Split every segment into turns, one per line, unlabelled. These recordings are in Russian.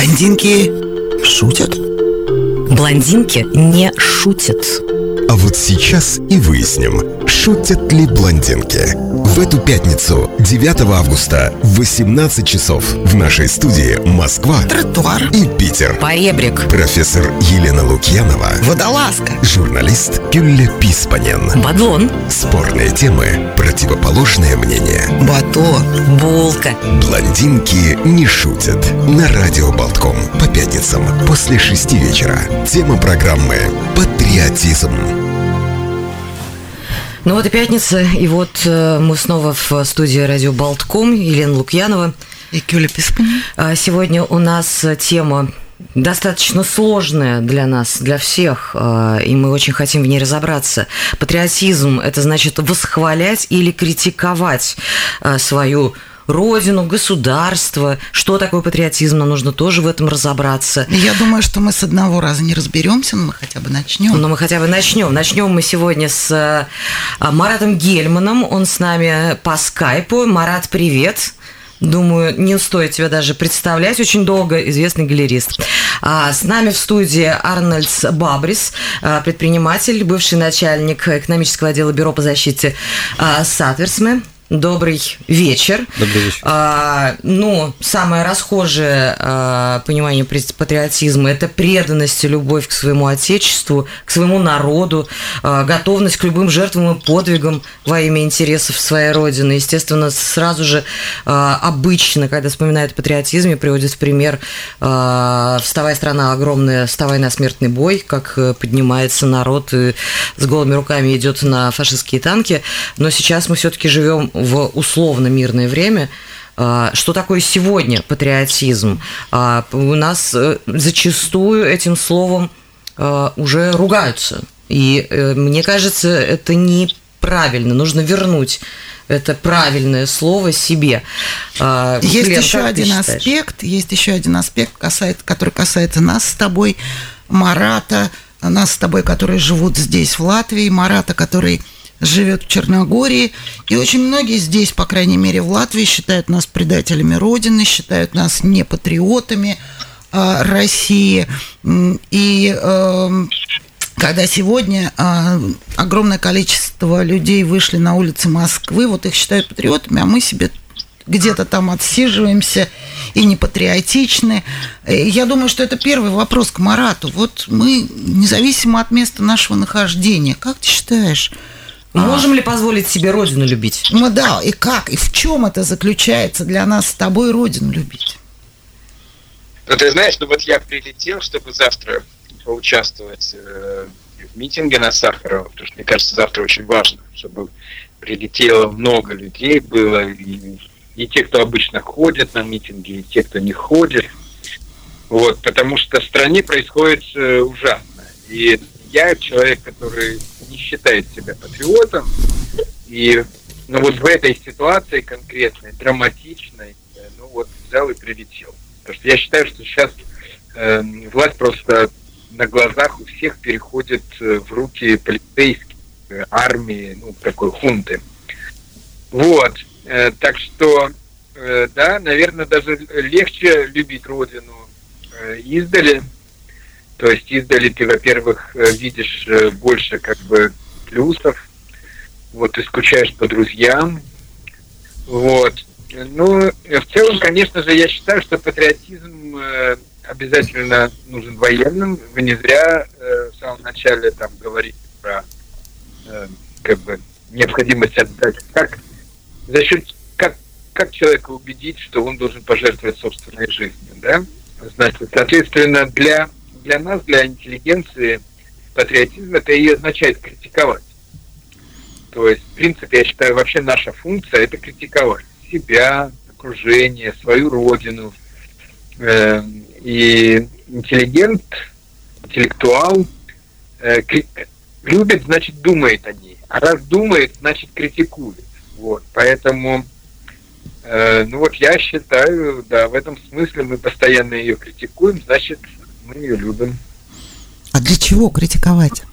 Блондинки шутят?
Блондинки не шутят.
А вот сейчас и выясним, шутят ли блондинки. В эту пятницу, 9 августа, в 18 часов в нашей студии Москва,
Тротуар
и Питер.
Поребрик.
Профессор Елена Лукьянова,
Водолазка.
журналист Гюлля Писпанен.
Бадлон.
Спорные темы, противоположное мнение.
Бато.
Булка.
Блондинки не шутят. На радио Болтком по пятницам после 6 вечера. Тема программы «Патриотизм».
Ну вот и пятница, и вот мы снова в студии радио Болтком. Елена Лукьянова.
И Гюлля Писпанен.
Сегодня у нас тема достаточно сложная для нас, для всех, и мы очень хотим в ней разобраться. Патриотизм – это значит восхвалять или критиковать свою родину, государство. Что такое патриотизм? Нам нужно тоже в этом разобраться.
Я думаю, что мы с одного раза не разберемся, но мы хотя бы начнем.
Но мы хотя бы начнем. Начнем мы сегодня с Маратом Гельманом. Он с нами по скайпу. Марат, привет. Думаю, не стоит тебя даже представлять. Очень долго известный галерист. С нами в студии Арнольдс Бабрис, предприниматель, бывший начальник экономического отдела Бюро по защите Сатверсме. Добрый вечер.
Добрый вечер.
Самое расхожее понимание патриотизма – это преданность и любовь к своему отечеству, к своему народу, готовность к любым жертвам и подвигам во имя интересов своей родины. Естественно, сразу же обычно, когда вспоминают о патриотизме, приводят в пример «Вставай, страна огромная, вставай на смертный бой», как поднимается народ и с голыми руками идет на фашистские танки. Но сейчас мы все-таки живем в условно мирное время. Что такое сегодня патриотизм? У нас зачастую этим словом уже ругаются. И мне кажется, это неправильно. Нужно вернуть это правильное слово себе.
Есть еще один аспект, который касается нас с тобой, Марата, нас с тобой, которые живут здесь, в Латвии, Марата, который живет в Черногории, и очень многие здесь, по крайней мере в Латвии, считают нас предателями Родины, считают нас не патриотами России. И когда сегодня огромное количество людей вышли на улицы Москвы, вот их считают патриотами, а мы себе где-то там отсиживаемся и не патриотичны. Я думаю, что это первый вопрос к Марату. Вот мы, независимо от места нашего нахождения, как ты считаешь,
можем ли позволить себе родину любить?
Ну да, и как, и в чем это заключается для нас с тобой родину любить?
Ну, ты знаешь, я прилетел, чтобы завтра поучаствовать в митинге на Сахарова, потому что, мне кажется, завтра очень важно, чтобы прилетело много людей, было и те, кто обычно ходят на митинги, и те, кто не ходит. Вот, потому что в стране происходит ужасно. И я человек, который не считает себя патриотом, и в этой ситуации конкретной, драматичной, взял и прилетел. Потому что я считаю, что сейчас власть просто на глазах у всех переходит в руки полицейских, армии, такой хунты. Вот. Так что, да, наверное, даже легче любить родину издали. То есть издали ты, во-первых, видишь больше плюсов, ты скучаешь по друзьям. Вот. В целом, конечно же, я считаю, что патриотизм обязательно нужен военным. Вы не зря в самом начале говорите про необходимость отдать. Как человека убедить, что он должен пожертвовать собственной жизнью, да? Значит, соответственно, для нас, для интеллигенции, патриотизм это и означает критиковать. То есть, в принципе, я считаю, вообще наша функция это критиковать себя, окружение, свою родину. И интеллектуал любит, значит, думает о ней. А раз думает, значит, критикует. Вот. Поэтому, я считаю, да, в этом смысле мы постоянно ее критикуем, значит, мы ее любим.
А для чего критиковать?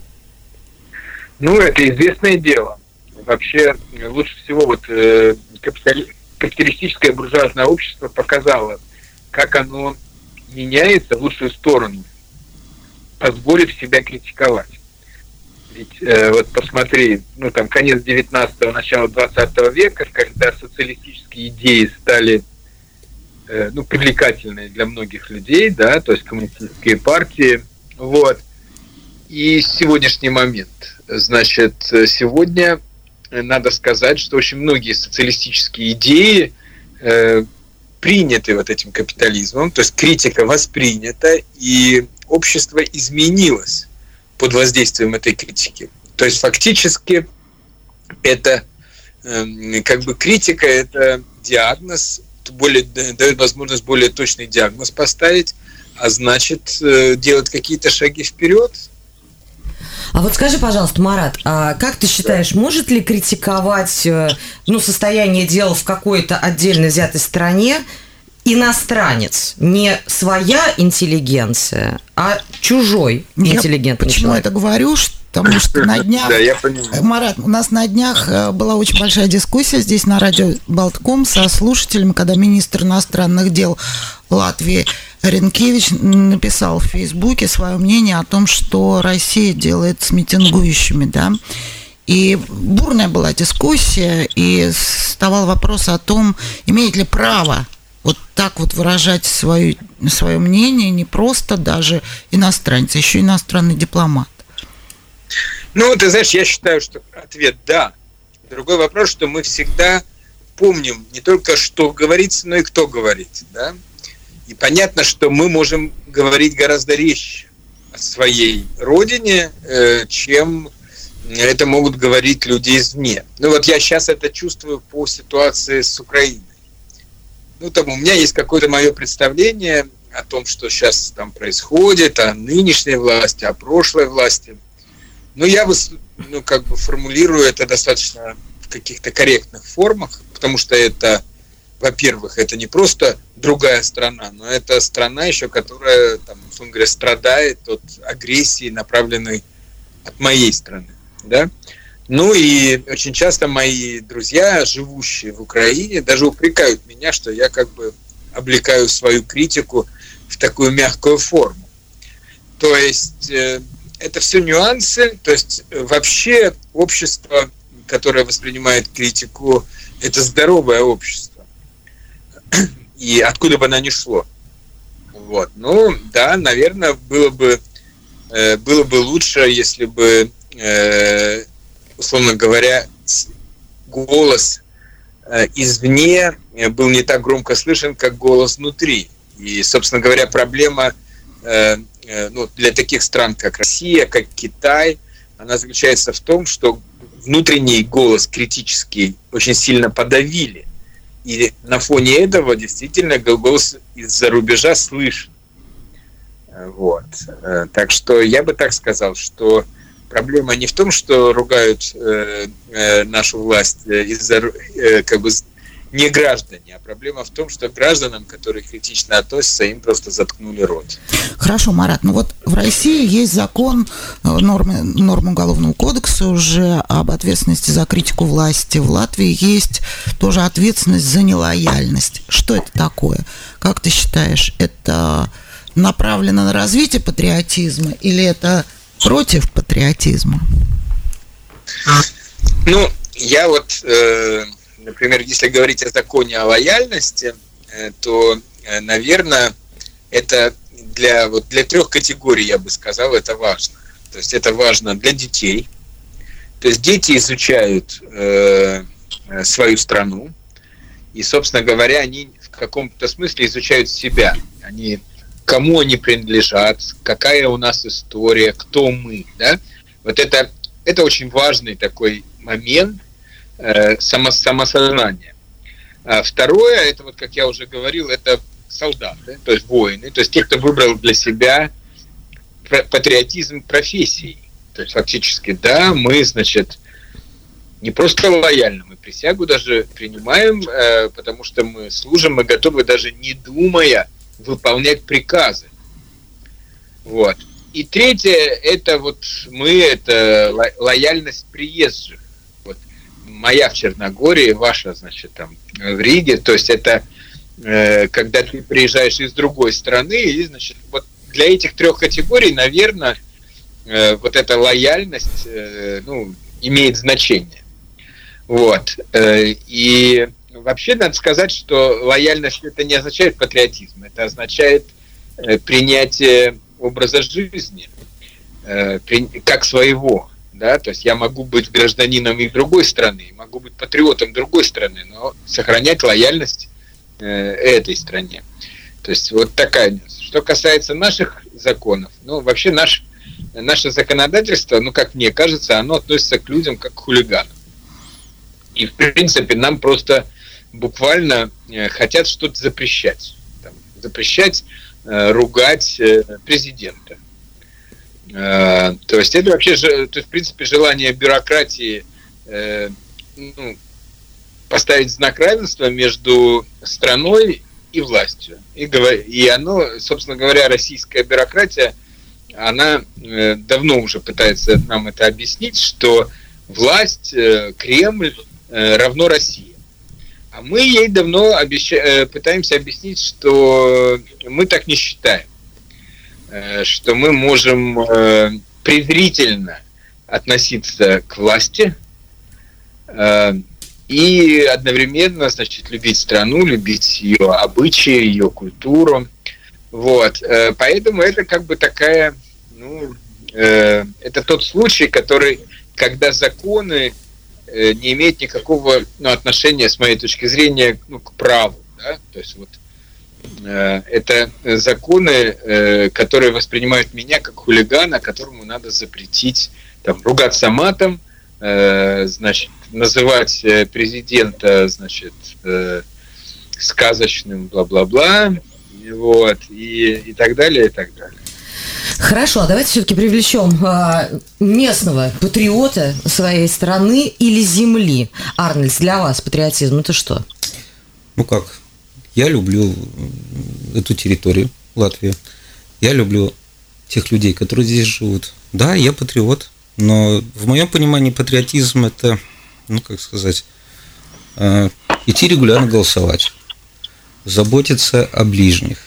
Это известное дело. Вообще, лучше всего капиталистическое буржуазное общество показало, как оно меняется в лучшую сторону, позволив себя критиковать. Ведь вот посмотри, там конец 19-го, начало 20 века, когда социалистические идеи стали привлекательные для многих людей, да, то есть коммунистические партии, вот. И сегодняшний момент. Значит, сегодня надо сказать, что очень многие социалистические идеи приняты вот этим капитализмом, то есть критика воспринята, и общество изменилось под воздействием этой критики. То есть фактически это критика, это диагноз, дает возможность более точный диагноз поставить, а значит делать какие-то шаги вперед.
А вот скажи, пожалуйста, Марат, а как ты считаешь, может ли критиковать состояние дел в какой-то отдельно взятой стране иностранец? Не своя интеллигенция, а чужой интеллигентный
Почему
человек?
я это говорю? Потому что на днях, Марат, у нас на днях была очень большая дискуссия здесь на радио Болтком со слушателями, когда министр иностранных дел Латвии Ренкевич написал в Фейсбуке свое мнение о том, что Россия делает с митингующими, да. И бурная была дискуссия, и вставал вопрос о том, имеет ли право вот так вот выражать свое мнение не просто даже иностранец, а еще иностранный дипломат.
Ты знаешь, я считаю, что ответ «да». Другой вопрос, что мы всегда помним не только, что говорится, но и кто говорит, да. И понятно, что мы можем говорить гораздо резче о своей родине, чем это могут говорить люди извне. Я сейчас это чувствую по ситуации с Украиной. У меня есть какое-то мое представление о том, что сейчас там происходит, о нынешней власти, о прошлой власти. Я формулирую это достаточно в каких-то корректных формах, потому что это, во-первых, это не просто другая страна, но это страна еще, которая, условно говоря, страдает от агрессии, направленной от моей страны, да. И очень часто мои друзья, живущие в Украине, даже упрекают меня, что я облекаю свою критику в такую мягкую форму. То есть это все нюансы, то есть вообще общество, которое воспринимает критику, это здоровое общество. И откуда бы оно ни шло. Да, наверное, было бы лучше, если бы, условно говоря, голос извне был не так громко слышен, как голос внутри. И, собственно говоря, проблема для таких стран, как Россия, как Китай, она заключается в том, что внутренний голос критический очень сильно подавили. И на фоне этого действительно голос из-за рубежа слышен. Так что я бы так сказал, что проблема не в том, что ругают нашу власть из-за не граждане, а проблема в том, что гражданам, которые критично относятся, им просто заткнули рот.
Хорошо, Марат, в России есть закон, нормы Уголовного кодекса уже об ответственности за критику власти. В Латвии есть тоже ответственность за нелояльность. Что это такое? Как ты считаешь, это направлено на развитие патриотизма или это против патриотизма?
Я например, если говорить о законе о лояльности, то, наверное, это для 3 категорий, я бы сказал, это важно. То есть это важно для детей. То есть дети изучают свою страну, и, собственно говоря, они в каком-то смысле изучают себя. Кому они принадлежат, какая у нас история, кто мы. Да? Это очень важный такой момент, самосознание. Второе, это как я уже говорил, это солдаты, то есть воины, то есть те, кто выбрал для себя патриотизм профессией. То есть фактически, да, мы, не просто лояльны, мы присягу даже принимаем, потому что мы служим, мы готовы даже не думая выполнять приказы. И третье, это это лояльность приезжих. Моя в Черногории, ваша, в Риге. То есть это когда ты приезжаешь из другой страны, и, значит, вот для этих 3 категорий, наверное, вот эта лояльность, имеет значение. Вот. И вообще надо сказать, что лояльность это не означает патриотизм, это означает принятие образа жизни как своего. Да? То есть я могу быть гражданином и другой страны, могу быть патриотом другой страны, но сохранять лояльность этой стране. То есть вот такая. Что касается наших законов, вообще наше законодательство, как мне кажется, оно относится к людям как к хулиганам. И, в принципе, нам просто буквально хотят что-то запрещать. Запрещать ругать президента. То есть это вообще, в принципе, желание бюрократии поставить знак равенства между страной и властью. И оно, собственно говоря, российская бюрократия, она давно уже пытается нам это объяснить, что власть, Кремль равно России. А мы ей давно пытаемся объяснить, что мы так не считаем. Что мы можем презрительно относиться к власти и одновременно, значит, любить страну, любить ее обычаи, ее культуру. Вот. Поэтому это как бы такая, это тот случай, когда законы не имеют никакого отношения, с моей точки зрения, к праву. Да? То есть вот это законы, которые воспринимают меня как хулигана, которому надо запретить ругаться матом, значит, называть президента, значит, сказочным бла-бла-бла, вот, и так далее, и так далее.
Хорошо, а давайте все-таки привлечем местного патриота своей страны или земли. Арнольд, для вас патриотизм – это что?
Я люблю эту территорию, Латвию. Я люблю тех людей, которые здесь живут. Да, я патриот, но в моем понимании патриотизм – это, идти регулярно голосовать, заботиться о ближних,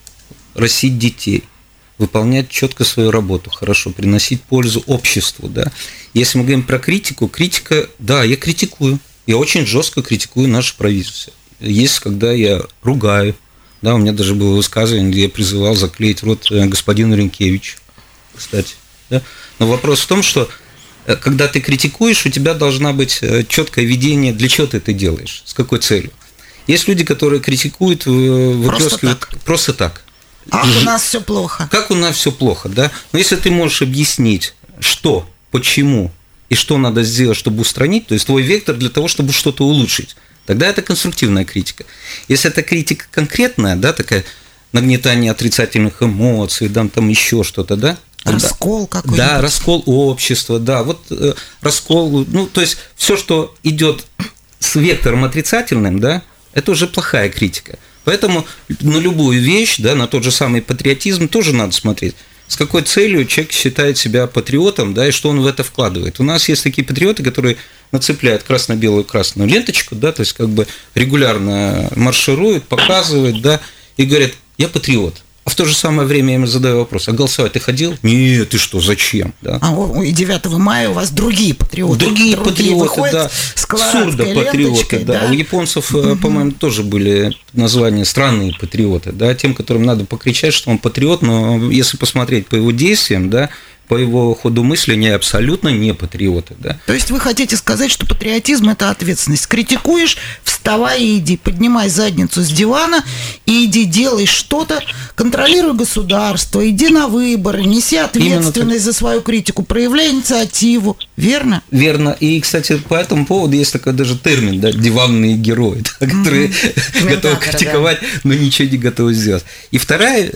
растить детей, выполнять четко свою работу, хорошо, приносить пользу обществу. Да. Если мы говорим про критика, да, я критикую. Я очень жестко критикую наше правительство. Есть, когда я ругаю. Да, у меня даже было высказывание, где я призывал заклеить рот господину Ренкевичу, кстати. Да? Но вопрос в том, что когда ты критикуешь, у тебя должна быть четкое видение, для чего ты это делаешь, с какой целью. Есть люди, которые критикуют, выплескивают просто так.
Ах, у нас все плохо.
Как у нас все плохо, да? Но если ты можешь объяснить, что, почему и что надо сделать, чтобы устранить, то есть твой вектор для того, чтобы что-то улучшить, тогда это конструктивная критика. Если это критика конкретная, да, такая нагнетание отрицательных эмоций, там еще что-то, да?
Раскол какой-то.
Да, раскол общества, да, вот раскол, то есть все, что идет с вектором отрицательным, да, это уже плохая критика. Поэтому на любую вещь, да, на тот же самый патриотизм тоже надо смотреть. С какой целью человек считает себя патриотом, да, и что он в это вкладывает. У нас есть такие патриоты, которые нацепляют красно-белую красную ленточку, да, то есть как бы регулярно маршируют, показывают, да, и говорят: я патриот. А в то же самое время я ему задаю вопрос: а голосовать ты ходил? Нет, ты что, зачем? Да.
И 9 мая у вас другие патриоты.
Другие патриоты, да. Сурдо-патриоты, да. У японцев, по-моему, тоже были названия странные патриоты, да, тем, которым надо покричать, что он патриот, но если посмотреть по его действиям, да, по его ходу мысли, они абсолютно не патриоты. Да.
То есть вы хотите сказать, что патриотизм – это ответственность. Критикуешь, вставай и иди, поднимай задницу с дивана и иди, делай что-то, контролируй государство, иди на выборы, неси ответственность за свою критику, проявляй инициативу. Верно?
Верно. И, кстати, по этому поводу есть такой даже термин, да, диванные герои, да, которые готовы критиковать, но ничего не готовы сделать. И вторая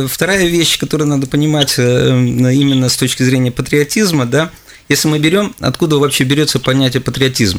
вещь, которую надо понимать именно с точки зрения патриотизма, да, если мы берем, откуда вообще берется понятие патриотизм?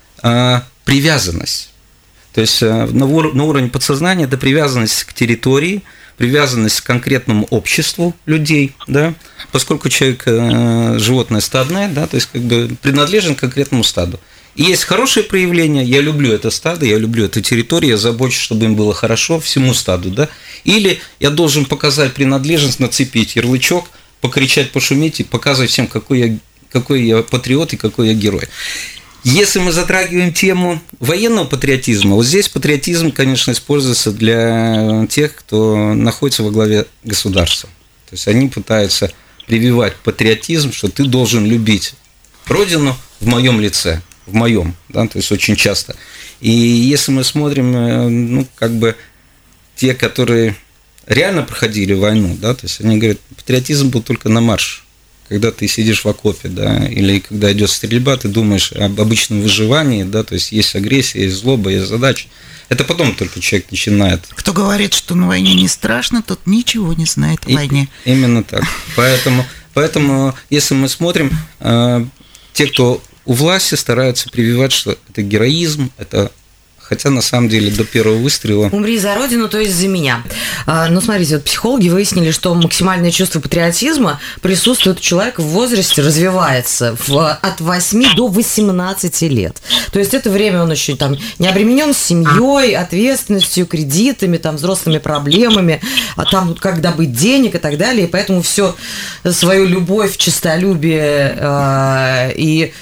Привязанность. То есть на уровне подсознания это привязанность к территории, привязанность к конкретному обществу людей, да, поскольку человек животное стадное, да, то есть как бы принадлежен к конкретному стаду. И есть хорошие проявления, я люблю это стадо, я люблю эту территорию, я забочусь, чтобы им было хорошо, всему стаду, да. Или я должен показать принадлежность, нацепить ярлычок, покричать, пошуметь и показывать всем, какой я патриот и какой я герой. Если мы затрагиваем тему военного патриотизма, вот здесь патриотизм, конечно, используется для тех, кто находится во главе государства. То есть они пытаются прививать патриотизм, что ты должен любить Родину в моем лице, в моем, да, то есть очень часто. И если мы смотрим, ну, как бы те, которые реально проходили войну, да, то есть они говорят, патриотизм был только на марш. Когда ты сидишь в окопе, да, или когда идет стрельба, ты думаешь об обычном выживании, да, то есть агрессия, есть злоба, есть задача. Это потом только человек начинает.
Кто говорит, что на войне не страшно, тот ничего не знает о войне.
Именно так. Поэтому, если мы смотрим, те, кто у власти, стараются прививать, что это героизм, это... Хотя, на самом деле, до первого выстрела...
Умри за Родину, то есть за меня. Но смотрите, вот психологи выяснили, что максимальное чувство патриотизма присутствует у человека в возрасте, развивается от 8 до 18 лет. То есть это время он еще там не обременен семьей, ответственностью, кредитами, там, взрослыми проблемами, а там как добыть денег и так далее. И поэтому все свою любовь, честолюбие и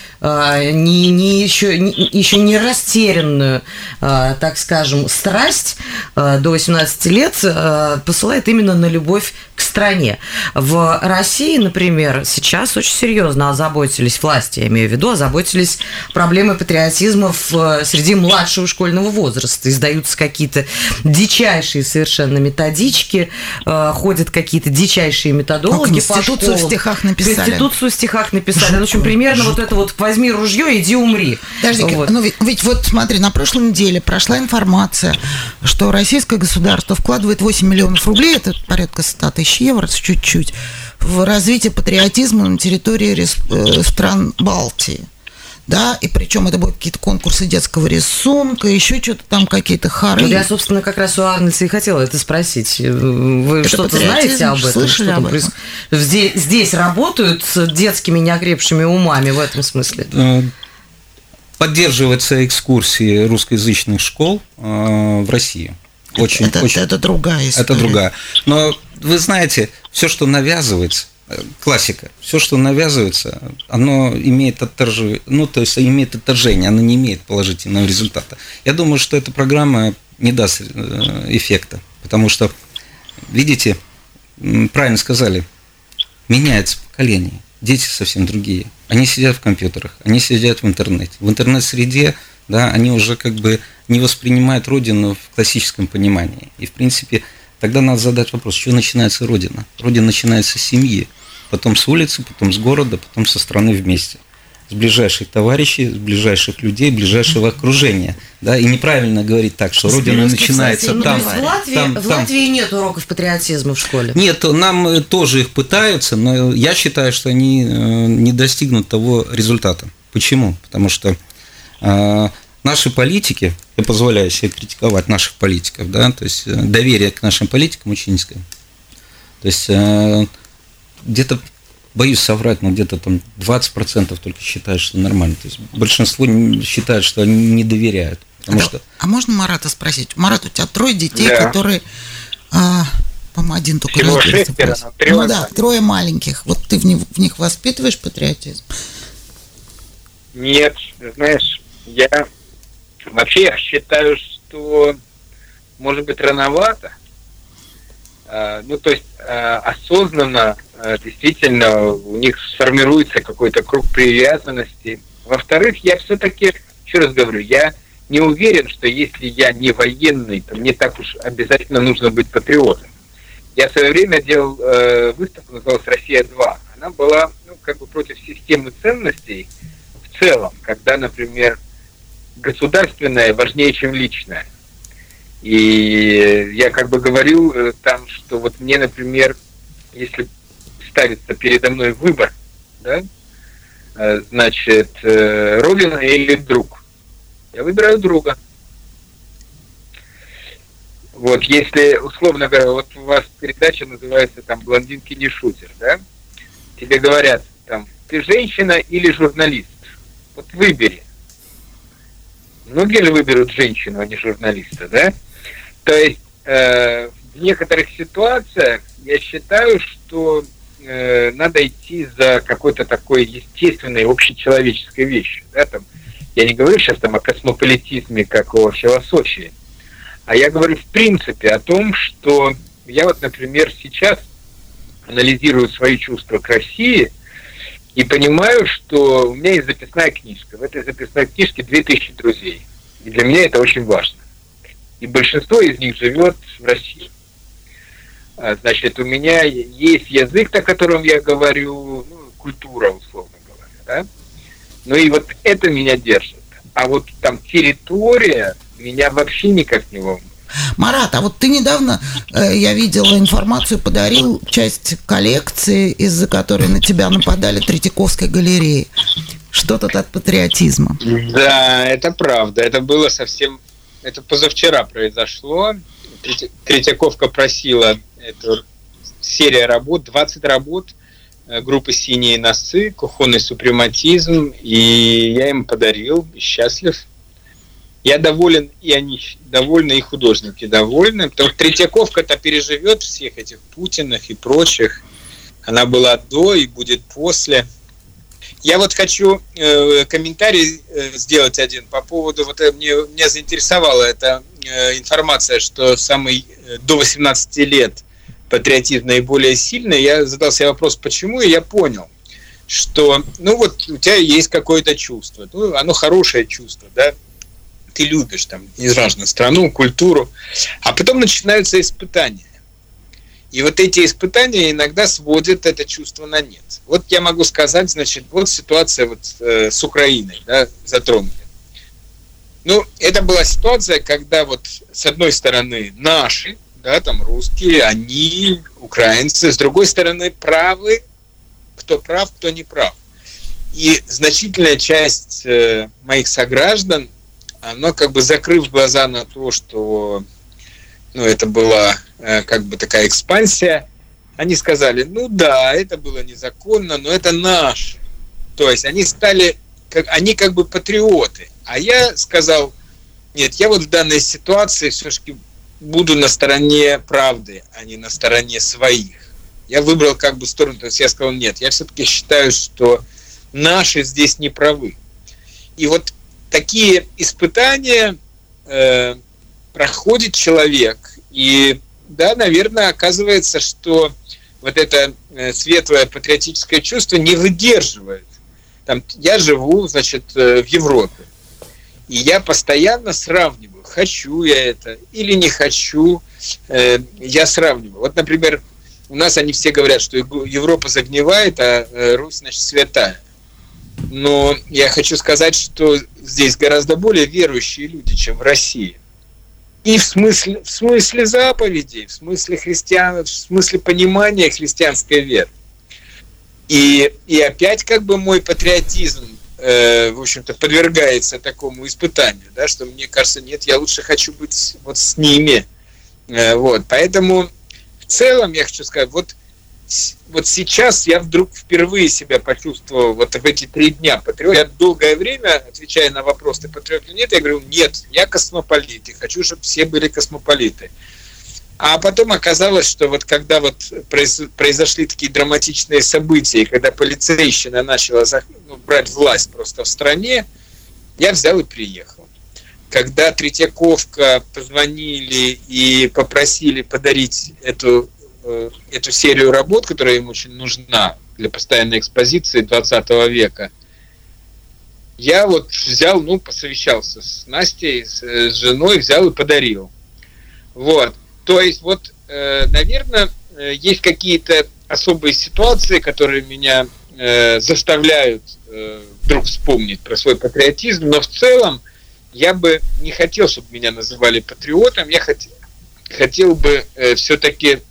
еще не растерянную, так скажем, страсть до 18 лет посылает именно на любовь к стране. В России, например, сейчас очень серьезно озаботились власти, я имею в виду, озаботились проблемой патриотизма среди младшего школьного возраста. Издаются какие-то дичайшие совершенно методички, ходят какие-то дичайшие методологи по школам.
Конституцию в стихах написали.
Конституцию в стихах написали. В общем, примерно вот это вот возьми ружье, иди умри.
Подожди,
вот.
Ну ведь вот смотри, на прошлой неделе прошла информация, что российское государство вкладывает 8 миллионов рублей, это порядка 100 тысяч евро, чуть-чуть, в развитие патриотизма на территории стран Балтии. Да, и причем это будут какие-то конкурсы детского рисунка, еще что-то там, какие-то хоры.
Я, собственно, как раз у Арнольда и хотела это спросить. Вы это что-то знаете об этом?
Слышали об этом?
Здесь работают с детскими неокрепшими умами в этом смысле?
Поддерживаются экскурсии русскоязычных школ в России.
Это другая история.
Это другая. Но вы знаете, все, что навязывается, классика, все, что навязывается, оно имеет отторжение, имеет отторжение, оно не имеет положительного результата. Я думаю, что эта программа не даст эффекта, потому что, видите, правильно сказали, меняется поколение, дети совсем другие. Они сидят в компьютерах, они сидят в интернете. В интернет-среде, да, они уже как бы не воспринимают Родину в классическом понимании. И, в принципе, тогда надо задать вопрос, с чего начинается Родина? Родина начинается с семьи, потом с улицы, потом с города, потом со страны вместе. С ближайших товарищей, с ближайших людей, ближайшего окружения. Да? И неправильно говорить так, что Родина начинается там.
В Латвии нет уроков патриотизма в школе?
Нет, нам тоже их пытаются, но я считаю, что они не достигнут того результата. Почему? Потому что наши политики, я позволяю себе критиковать наших политиков, да, то есть доверие к нашим политикам очень низкое. То есть где-то, боюсь соврать, но где-то там 20% только считают, что нормально. То есть большинство считают, что они не доверяют.
А можно Марата спросить? Марат, у тебя 3 детей, да, которые, по-моему, один только родился. Ну да, 3 маленьких. Вот ты в них воспитываешь патриотизм?
Нет, знаешь, я вообще считаю, что, может быть, рановато. То есть осознанно действительно у них сформируется какой-то круг привязанности. Во-вторых, я все-таки, еще раз говорю, я не уверен, что если я не военный, то мне так уж обязательно нужно быть патриотом. Я в свое время делал выставку, называлась «Россия-2». Она была против системы ценностей в целом, когда, например, государственное важнее, чем личное. И я говорил там, что вот мне, например, если ставится передо мной выбор, да, значит, Родина или друг, я выбираю друга. Вот, если, условно говоря, вот у вас передача называется там «Блондинки не шутят», да, тебе говорят там, ты женщина или журналист, вот выбери. Многие же выберут женщину, а не журналиста, да? То есть в некоторых ситуациях я считаю, что надо идти за какой-то такой естественной, общечеловеческой вещью. Да? Там, я не говорю сейчас там о космополитизме, как о философии, а я говорю в принципе о том, что я вот, например, сейчас анализирую свои чувства к России и понимаю, что у меня есть записная книжка. В этой записной книжке 2000 друзей. И для меня это очень важно. И большинство из них живет в России. Значит, у меня есть язык, на котором я говорю, культура, условно говоря, да? Ну и вот это меня держит. А вот там территория меня вообще никак не волнует.
Марат, а вот ты недавно, я видела информацию, подарил часть коллекции, из-за которой на тебя нападали, Третьяковской галереи. Что тут от патриотизма?
Да, это правда. Это было совсем... Это позавчера произошло. Третьяковка просила эту серия работ, 20 работ группы «Синие носы», «Кухонный супрематизм», и я им подарил, и счастлив. Я доволен, и они довольны, и художники довольны, потому что Третьяковка-то переживет всех этих Путиных и прочих. Она была до и будет после. Я вот хочу комментарий сделать один по поводу, вот меня заинтересовала эта информация, что самый до 18 лет патриотизм наиболее сильный. Я задал себе вопрос, почему, и я понял, что, ну вот у тебя есть какое-то чувство, ну, оно хорошее чувство, да, ты любишь там, неважно, страну, культуру, а потом начинаются испытания. И вот эти испытания иногда сводят это чувство на нет. Вот я могу сказать, значит, вот ситуация вот с Украиной, да, затронули. Ну, это была ситуация, когда вот с одной стороны наши, да, там русские, они, украинцы, с другой стороны правы, кто прав, кто не прав. И значительная часть моих сограждан, она как бы закрыв глаза на то, что, ну, это была как бы такая экспансия, они сказали, ну да, это было незаконно, но это наше. То есть они стали, они как бы патриоты. А я сказал, нет, я вот в данной ситуации все-таки буду на стороне правды, а не на стороне своих. Я выбрал как бы сторону, то есть я сказал, нет, я все-таки считаю, что наши здесь не правы. И вот такие испытания проходит человек, и да, наверное, оказывается, что вот это светлое патриотическое чувство не выдерживает. Там, я живу, значит, в Европе, и я постоянно сравниваю, хочу я это или не хочу, я сравниваю. Вот, например, у нас они все говорят, что Европа загнивает, а Русь, значит, святая. Но я хочу сказать, что здесь гораздо более верующие люди, чем в России. И в смысле заповедей, в смысле христиан, в смысле понимания христианской веры. И опять как бы мой патриотизм, в общем-то, подвергается такому испытанию, да, что мне кажется, нет, я лучше хочу быть вот с ними. Вот, поэтому в целом я хочу сказать, вот сейчас я вдруг впервые себя почувствовал вот в эти 3 дня патриот. Я долгое время, отвечая на вопрос, ты патриот или нет, я говорю, нет, я космополит, и хочу, чтобы все были космополиты. А потом оказалось, что вот когда вот произошли такие драматичные события, когда полицейщина начала брать власть просто в стране, я взял и приехал. Когда Третьяковка позвонили и попросили подарить эту серию работ, которая им очень нужна для постоянной экспозиции 20 века, я вот взял, посовещался с Настей, с женой, взял и подарил. Вот. То есть, вот, наверное, есть какие-то особые ситуации, которые меня заставляют вдруг вспомнить про свой патриотизм, но в целом я бы не хотел, чтобы меня называли патриотом, я хотел бы все-таки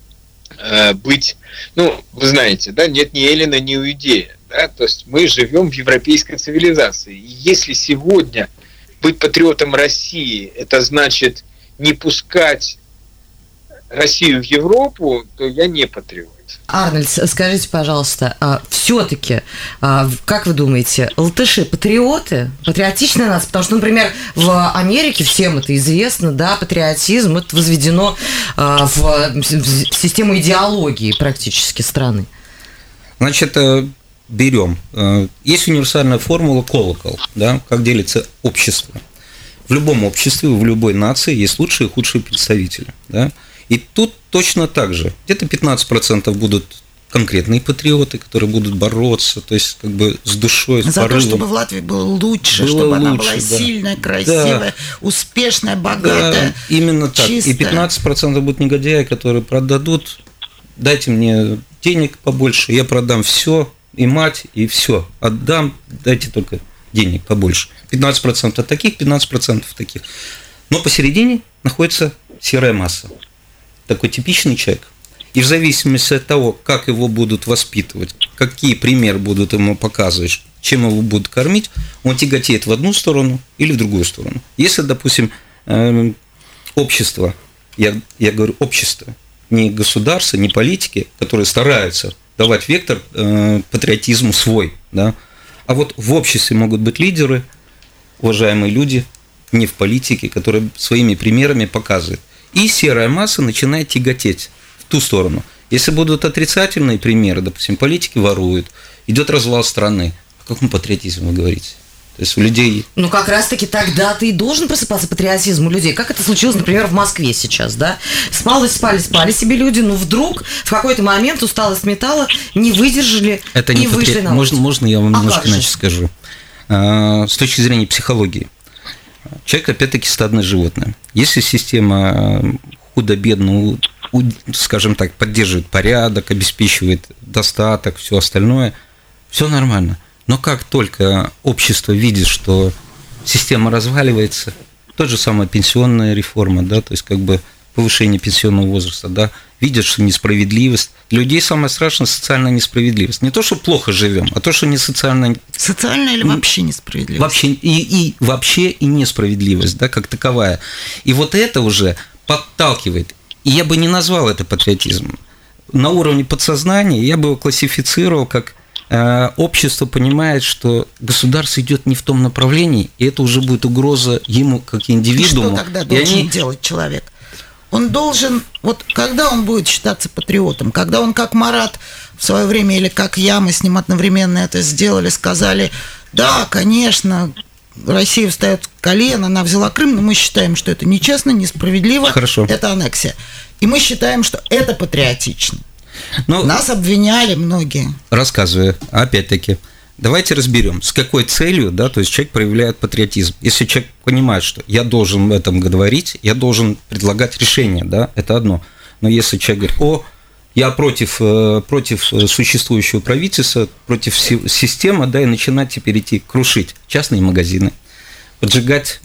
быть, вы знаете, да, нет ни Эллина, ни Иудея, да, то есть мы живем в европейской цивилизации. И если сегодня быть патриотом России, это значит не пускать Россию в Европу, то я не патриот.
Арнольд, скажите, пожалуйста, все-таки, как вы думаете, латыши патриоты? Патриотичная нация? Потому что, например, в Америке, всем это известно, да, патриотизм, это возведено в систему идеологии практически страны.
Значит, берем. Есть универсальная формула колокол, да, как делится общество. В любом обществе, в любой нации есть лучшие и худшие представители, да. И тут точно так же. Где-то 15% будут конкретные патриоты, которые будут бороться, то есть как бы с душой, с порывом.
За то, чтобы в Латвии было лучше, чтобы она была сильная, красивая, успешная, богатая,
именно так.
чистая.
И 15% будут негодяи, которые продадут, дайте мне денег побольше, я продам все, и мать, и все. Отдам, дайте только денег побольше. 15% таких, 15% таких. Но посередине находится серая масса. Такой типичный человек. И в зависимости от того, как его будут воспитывать, какие примеры будут ему показывать, чем его будут кормить, он тяготеет в одну сторону или в другую сторону. Если, допустим, общество, я говорю общество, не государство, не политики, которые стараются давать вектор патриотизму свой, да, а вот в обществе могут быть лидеры, уважаемые люди, не в политике, которые своими примерами показывают. И серая масса начинает тяготеть в ту сторону. Если будут отрицательные примеры, допустим, политики воруют, идет развал страны, о каком патриотизме вы говорите? То есть у людей...
Ну, как раз-таки тогда-то и должен просыпаться патриотизм у людей. Как это случилось, например, в Москве сейчас, да? Спали себе люди, но вдруг в какой-то момент усталость металла не выдержали
это
и
не
вышли на улицу.
Можно я вам немножко иначе скажу? С точки зрения психологии. Человек, опять-таки, стадное животное. Если система худо-бедно, скажем так, поддерживает порядок, обеспечивает достаток, все остальное, все нормально. Но как только общество видит, что система разваливается, тот же самая пенсионная реформа, да, то есть как бы повышение пенсионного возраста, да, видят, что несправедливость. Для людей самое страшное – социальная несправедливость. Не то, что плохо живем, а то, что не социально...
Социальная или вообще несправедливость?
Вообще, вообще и несправедливость, да, как таковая. И вот это уже подталкивает. И я бы не назвал это патриотизмом. На уровне подсознания я бы его классифицировал как общество понимает, что государство идет не в том направлении, и это уже будет угроза ему как индивидууму.
И что тогда должен делать человек? Он должен, вот когда он будет считаться патриотом, когда он как Марат в свое время или как я, мы с ним одновременно это сделали, сказали, да, конечно, Россия встает в колено, она взяла Крым, но мы считаем, что это нечестно, несправедливо,
Хорошо.
Это аннексия. И мы считаем, что это патриотично.
Но
нас обвиняли многие.
Рассказываю, опять-таки, давайте разберем, с какой целью, да, то есть человек проявляет патриотизм. Если человек понимает, что я должен об этом говорить, я должен предлагать решение, да, это одно. Но если человек говорит, я против существующего правительства, против системы, да, и начинать теперь идти крушить частные магазины, поджигать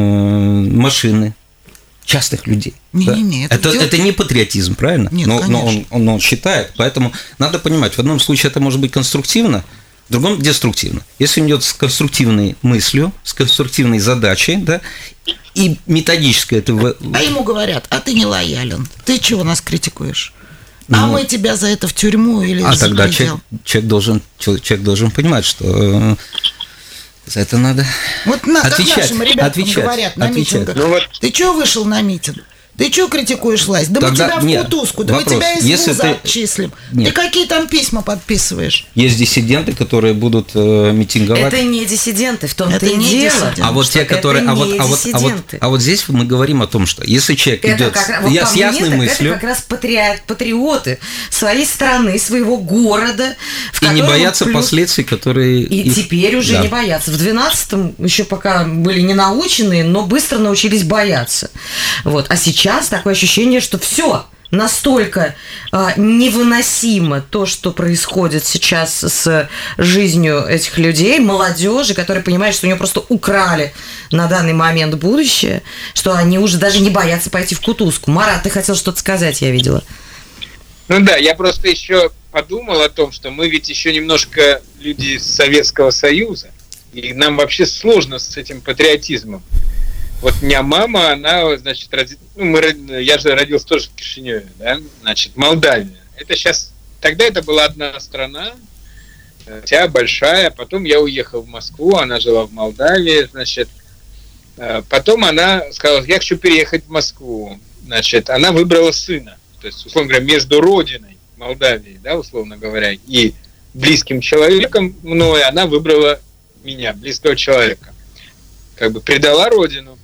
машины частных людей. Это не патриотизм, правильно?
Нет,
но он считает. Поэтому надо понимать, в одном случае это может быть конструктивно, в другом деструктивно. Если он идет с конструктивной мыслью, с конструктивной задачей, да, и методическое это...
А ему говорят, а ты не лоялен, ты чего нас критикуешь? А мы тебя за это в тюрьму или за
тогда
предел.
человек должен понимать, что... За это надо
отвечать. Как нашим ребятам говорят на митингах. Ты чего вышел на митинг? Ты чего критикуешь власть? Да тогда, мы тебя в кутузку, да вопрос. Мы тебя из вуза отчислим. Ты какие там письма подписываешь?
Есть диссиденты, которые будут митинговать.
Это не диссиденты, в том-то и дело.
А вот те, которые... А вот здесь мы говорим о том, что если человек идет с ясной мыслью...
Это как раз патриоты своей страны, своего города.
И не боятся последствий, которые...
И теперь уже не боятся. В 12-м еще пока были не наученные, но быстро научились бояться. Вот. А сейчас такое ощущение, что все настолько невыносимо то, что происходит сейчас с жизнью этих людей, молодежи, которые понимают, что у нее просто украли на данный момент будущее, что они уже даже не боятся пойти в кутузку. Марат, ты хотел что-то сказать, я видела.
Ну да, я просто еще подумал о том, что мы ведь еще немножко люди Советского Союза, и нам вообще сложно с этим патриотизмом. Вот у меня мама, она, значит, я же родился тоже в Кишиневе, да, значит, Молдавия. Это сейчас, тогда это была одна страна, вся большая, потом я уехал в Москву, она жила в Молдавии, значит, потом она сказала, я хочу переехать в Москву, значит, она выбрала сына, то есть, условно говоря, между родиной Молдавии, да, условно говоря, и близким человеком мной, она выбрала меня, близкого человека, как бы предала родину,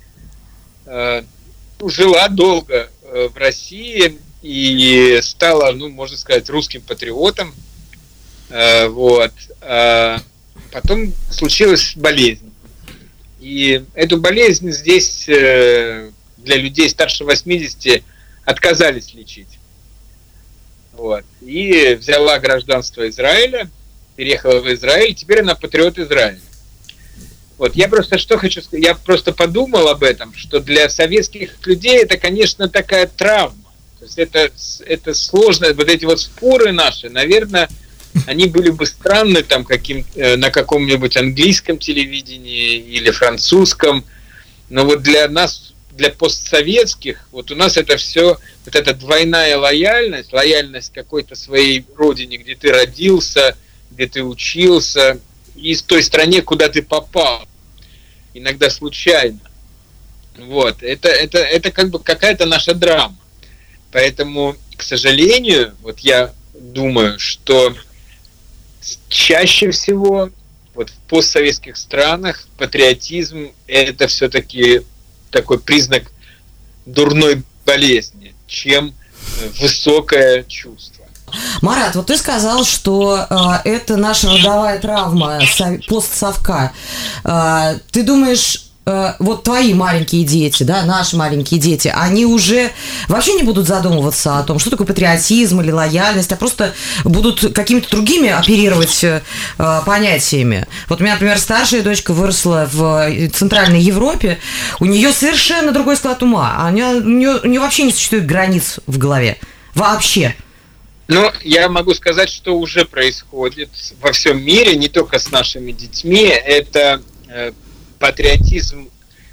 жила долго в России и стала, ну, можно сказать, русским патриотом. Вот. Потом случилась болезнь. И эту болезнь здесь для людей старше 80 отказались лечить. Вот. И взяла гражданство Израиля, переехала в Израиль, теперь она патриот Израиля. Вот, я просто что хочу сказать, я просто подумал об этом, что для советских людей это, конечно, такая травма. То есть это сложно, вот эти вот споры наши, наверное, они были бы странны там на каком-нибудь английском телевидении или французском, но вот для нас, для постсоветских, вот у нас это все, вот эта двойная лояльность какой-то своей родине, где ты родился, где ты учился, и с той стране, куда ты попал, иногда случайно. Вот, это как бы какая-то наша драма. Поэтому, к сожалению, вот я думаю, что чаще всего вот в постсоветских странах патриотизм – это все-таки такой признак дурной болезни, чем высокое чувство.
Марат, вот ты сказал, что это наша родовая травма постсовка. Ты думаешь, вот твои маленькие дети, да, наши маленькие дети, они уже вообще не будут задумываться о том, что такое патриотизм или лояльность, а просто будут какими-то другими оперировать понятиями. Вот у меня, например, старшая дочка выросла в Центральной Европе, у нее совершенно другой склад ума, у нее вообще не существует границ в голове. Вообще.
Ну, я могу сказать, что уже происходит во всем мире, не только с нашими детьми. Это патриотизм,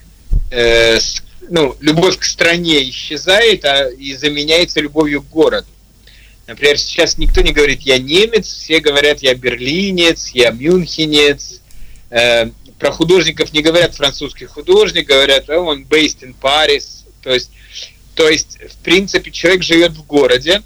любовь к стране исчезает и заменяется любовью к городу. Например, сейчас никто не говорит «я немец», все говорят «я берлинец», «я мюнхенец». Про художников не говорят «французский художник», говорят «он based in Paris». То есть, в принципе, человек живет в городе,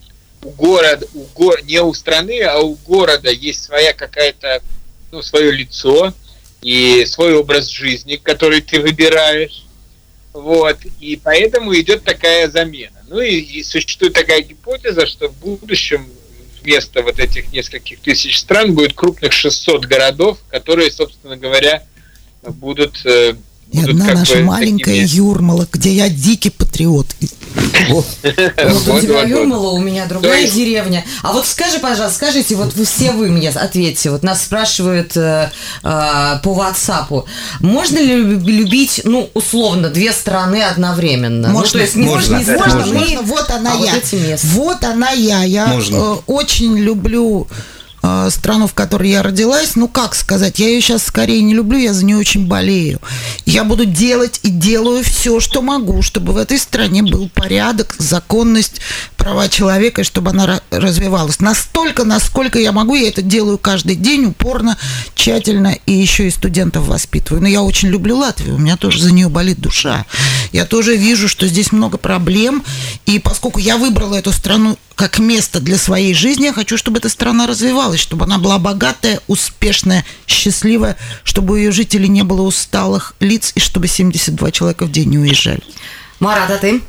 не у страны, а у города есть своя какая-то, свое лицо и свой образ жизни, который ты выбираешь. Вот. И поэтому идет такая замена. И существует такая гипотеза, что в будущем вместо вот этих нескольких тысяч стран будет крупных 600 городов, которые, собственно говоря, будут
одна наша маленькая Юрмала, где я дикий патриот.
Вот у тебя Юрмала, у меня другая деревня. А вот скажите, вот вы мне ответьте. Вот нас спрашивают по WhatsApp. Можно ли любить, условно, две страны одновременно?
Можно.
То есть можно.
Вот она я. Вот она я. Я очень люблю страну, в которой я родилась, как сказать, я ее сейчас скорее не люблю, я за нее очень болею. Я буду делать и делаю все, что могу, чтобы в этой стране был порядок, законность, права человека, и чтобы она развивалась. Настолько, насколько я могу, я это делаю каждый день, упорно, тщательно, и еще и студентов воспитываю. Но я очень люблю Латвию, у меня тоже за нее болит душа. Я тоже вижу, что здесь много проблем, и поскольку я выбрала эту страну как место для своей жизни, я хочу, чтобы эта страна развивалась, чтобы она была богатая, успешная, счастливая, чтобы у ее жителей не было усталых лиц, и чтобы 72 человека в день не уезжали.
Марат, а ты?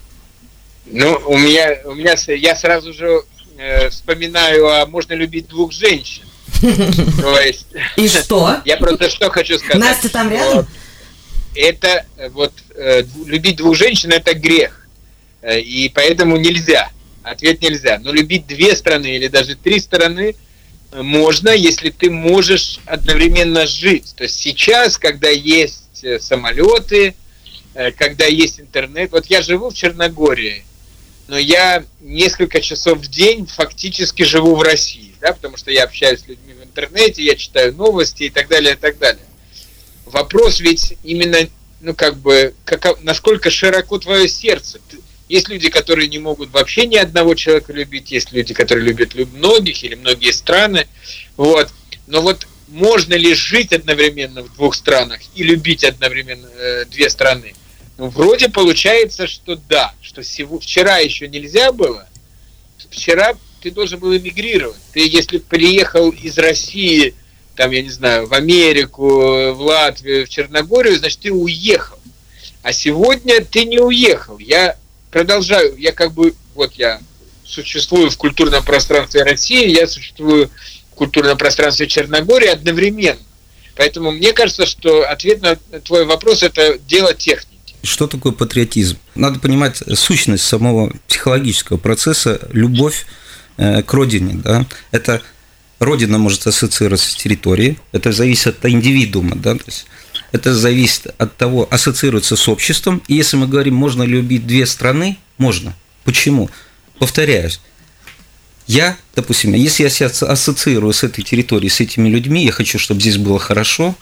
Я сразу же вспоминаю, можно любить двух женщин. То есть...
И что?
Я просто что хочу сказать.
Настя там рядом?
Это любить двух женщин – это грех. И поэтому нельзя. Ответ нельзя. Но любить две страны или даже три страны можно, если ты можешь одновременно жить. То есть сейчас, когда есть самолеты, когда есть интернет. Вот я живу в Черногории, но я несколько часов в день фактически живу в России, да, потому что я общаюсь с людьми в интернете, я читаю новости и так далее, и так далее. Вопрос ведь именно насколько широко твое сердце. Есть люди, которые не могут вообще ни одного человека любить, есть люди, которые любят многих или многие страны. Вот. Но вот можно ли жить одновременно в двух странах и любить одновременно две страны? Ну, вроде получается, что да, что вчера еще нельзя было, вчера ты должен был эмигрировать. Ты, если приехал из России, там, я не знаю, в Америку, в Латвию, в Черногорию, значит, ты уехал. А сегодня ты не уехал. Я продолжаю, я существую в культурном пространстве России, я существую в культурном пространстве Черногории одновременно. Поэтому мне кажется, что ответ на твой вопрос – это дело техники.
Что такое патриотизм? Надо понимать сущность самого психологического процесса, любовь к родине. Да? Это родина может ассоциироваться с территорией, это зависит от индивидуума, да? То есть это зависит от того, ассоциируется с обществом. И если мы говорим, можно ли любить две страны, можно. Почему? Повторяюсь. Допустим, если я себя ассоциирую с этой территорией, с этими людьми, я хочу, чтобы здесь было хорошо,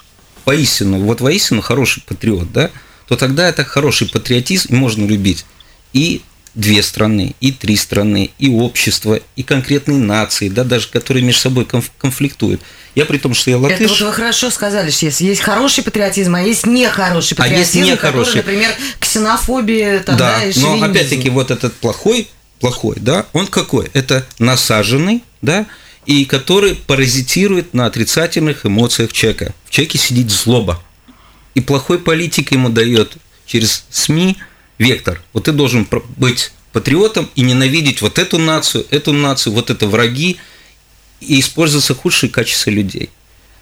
воистину хороший патриот, да, то тогда это хороший патриотизм, и можно любить и две страны, и три страны, и общество, и конкретные нации, да, даже которые между собой конфликтуют. Я при том, что я латыш...
Это вот вы хорошо сказали, что есть хороший патриотизм, а есть нехороший патриотизм, который, например, ксенофобия,
да,
и шовинизм.
Но опять-таки вот этот плохой, да, он какой? Это насаженный, да, и который паразитирует на отрицательных эмоциях человека. В человеке сидит злоба. И плохой политик ему дает через СМИ вектор. Вот ты должен быть патриотом и ненавидеть вот эту нацию, вот это враги, и используются худшие качества людей.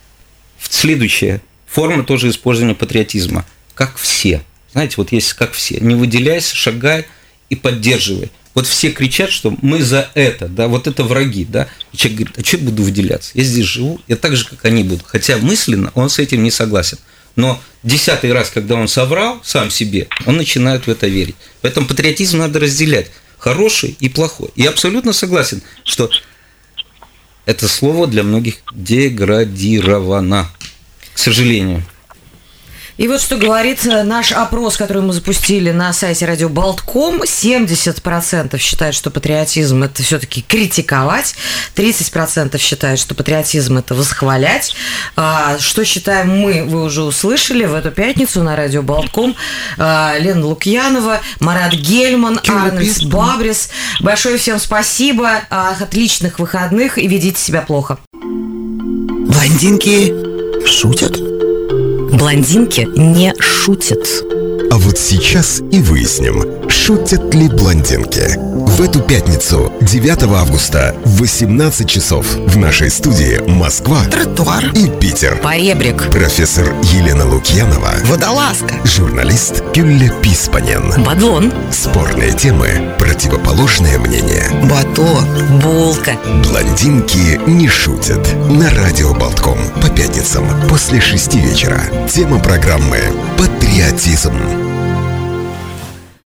Следующая форма тоже использования патриотизма. Как все. Знаете, вот есть как все. Не выделяйся, шагай и поддерживай. Вот все кричат, что мы за это, да, вот это враги, да. И человек говорит, а что я буду выделяться? Я здесь живу, я так же, как они будут. Хотя мысленно он с этим не согласен. Но 10-й раз, когда он соврал сам себе, он начинает в это верить. Поэтому патриотизм надо разделять. Хороший и плохой. И абсолютно согласен, что это слово для многих деградировано, к сожалению.
И вот что говорит наш опрос, который мы запустили на сайте Радио Болтком. 70% считают, что патриотизм – это все-таки критиковать, 30% считают, что патриотизм – это восхвалять. Что считаем мы, вы уже услышали в эту пятницу на Радио Болтком. Лена Лукьянова, Марат Гельман, Арнольд Бабрис. Большое всем спасибо, отличных выходных и ведите себя плохо.
Блондинки шутят?
Блондинки не шутят.
А вот сейчас и выясним, шутят ли блондинки. В эту пятницу, 9 августа, в 18 часов в нашей студии Москва,
Тротуар
и Питер.
Поребрик.
Профессор Елена Лукьянова.
Водолазка.
Журналист Гюлля Писпанен.
Бадон.
Спорные темы, противоположное мнение.
Батон.
Булка.
Блондинки не шутят. На Радио Болтком. По пятницам после 6 вечера. Тема программы «Патриотизм».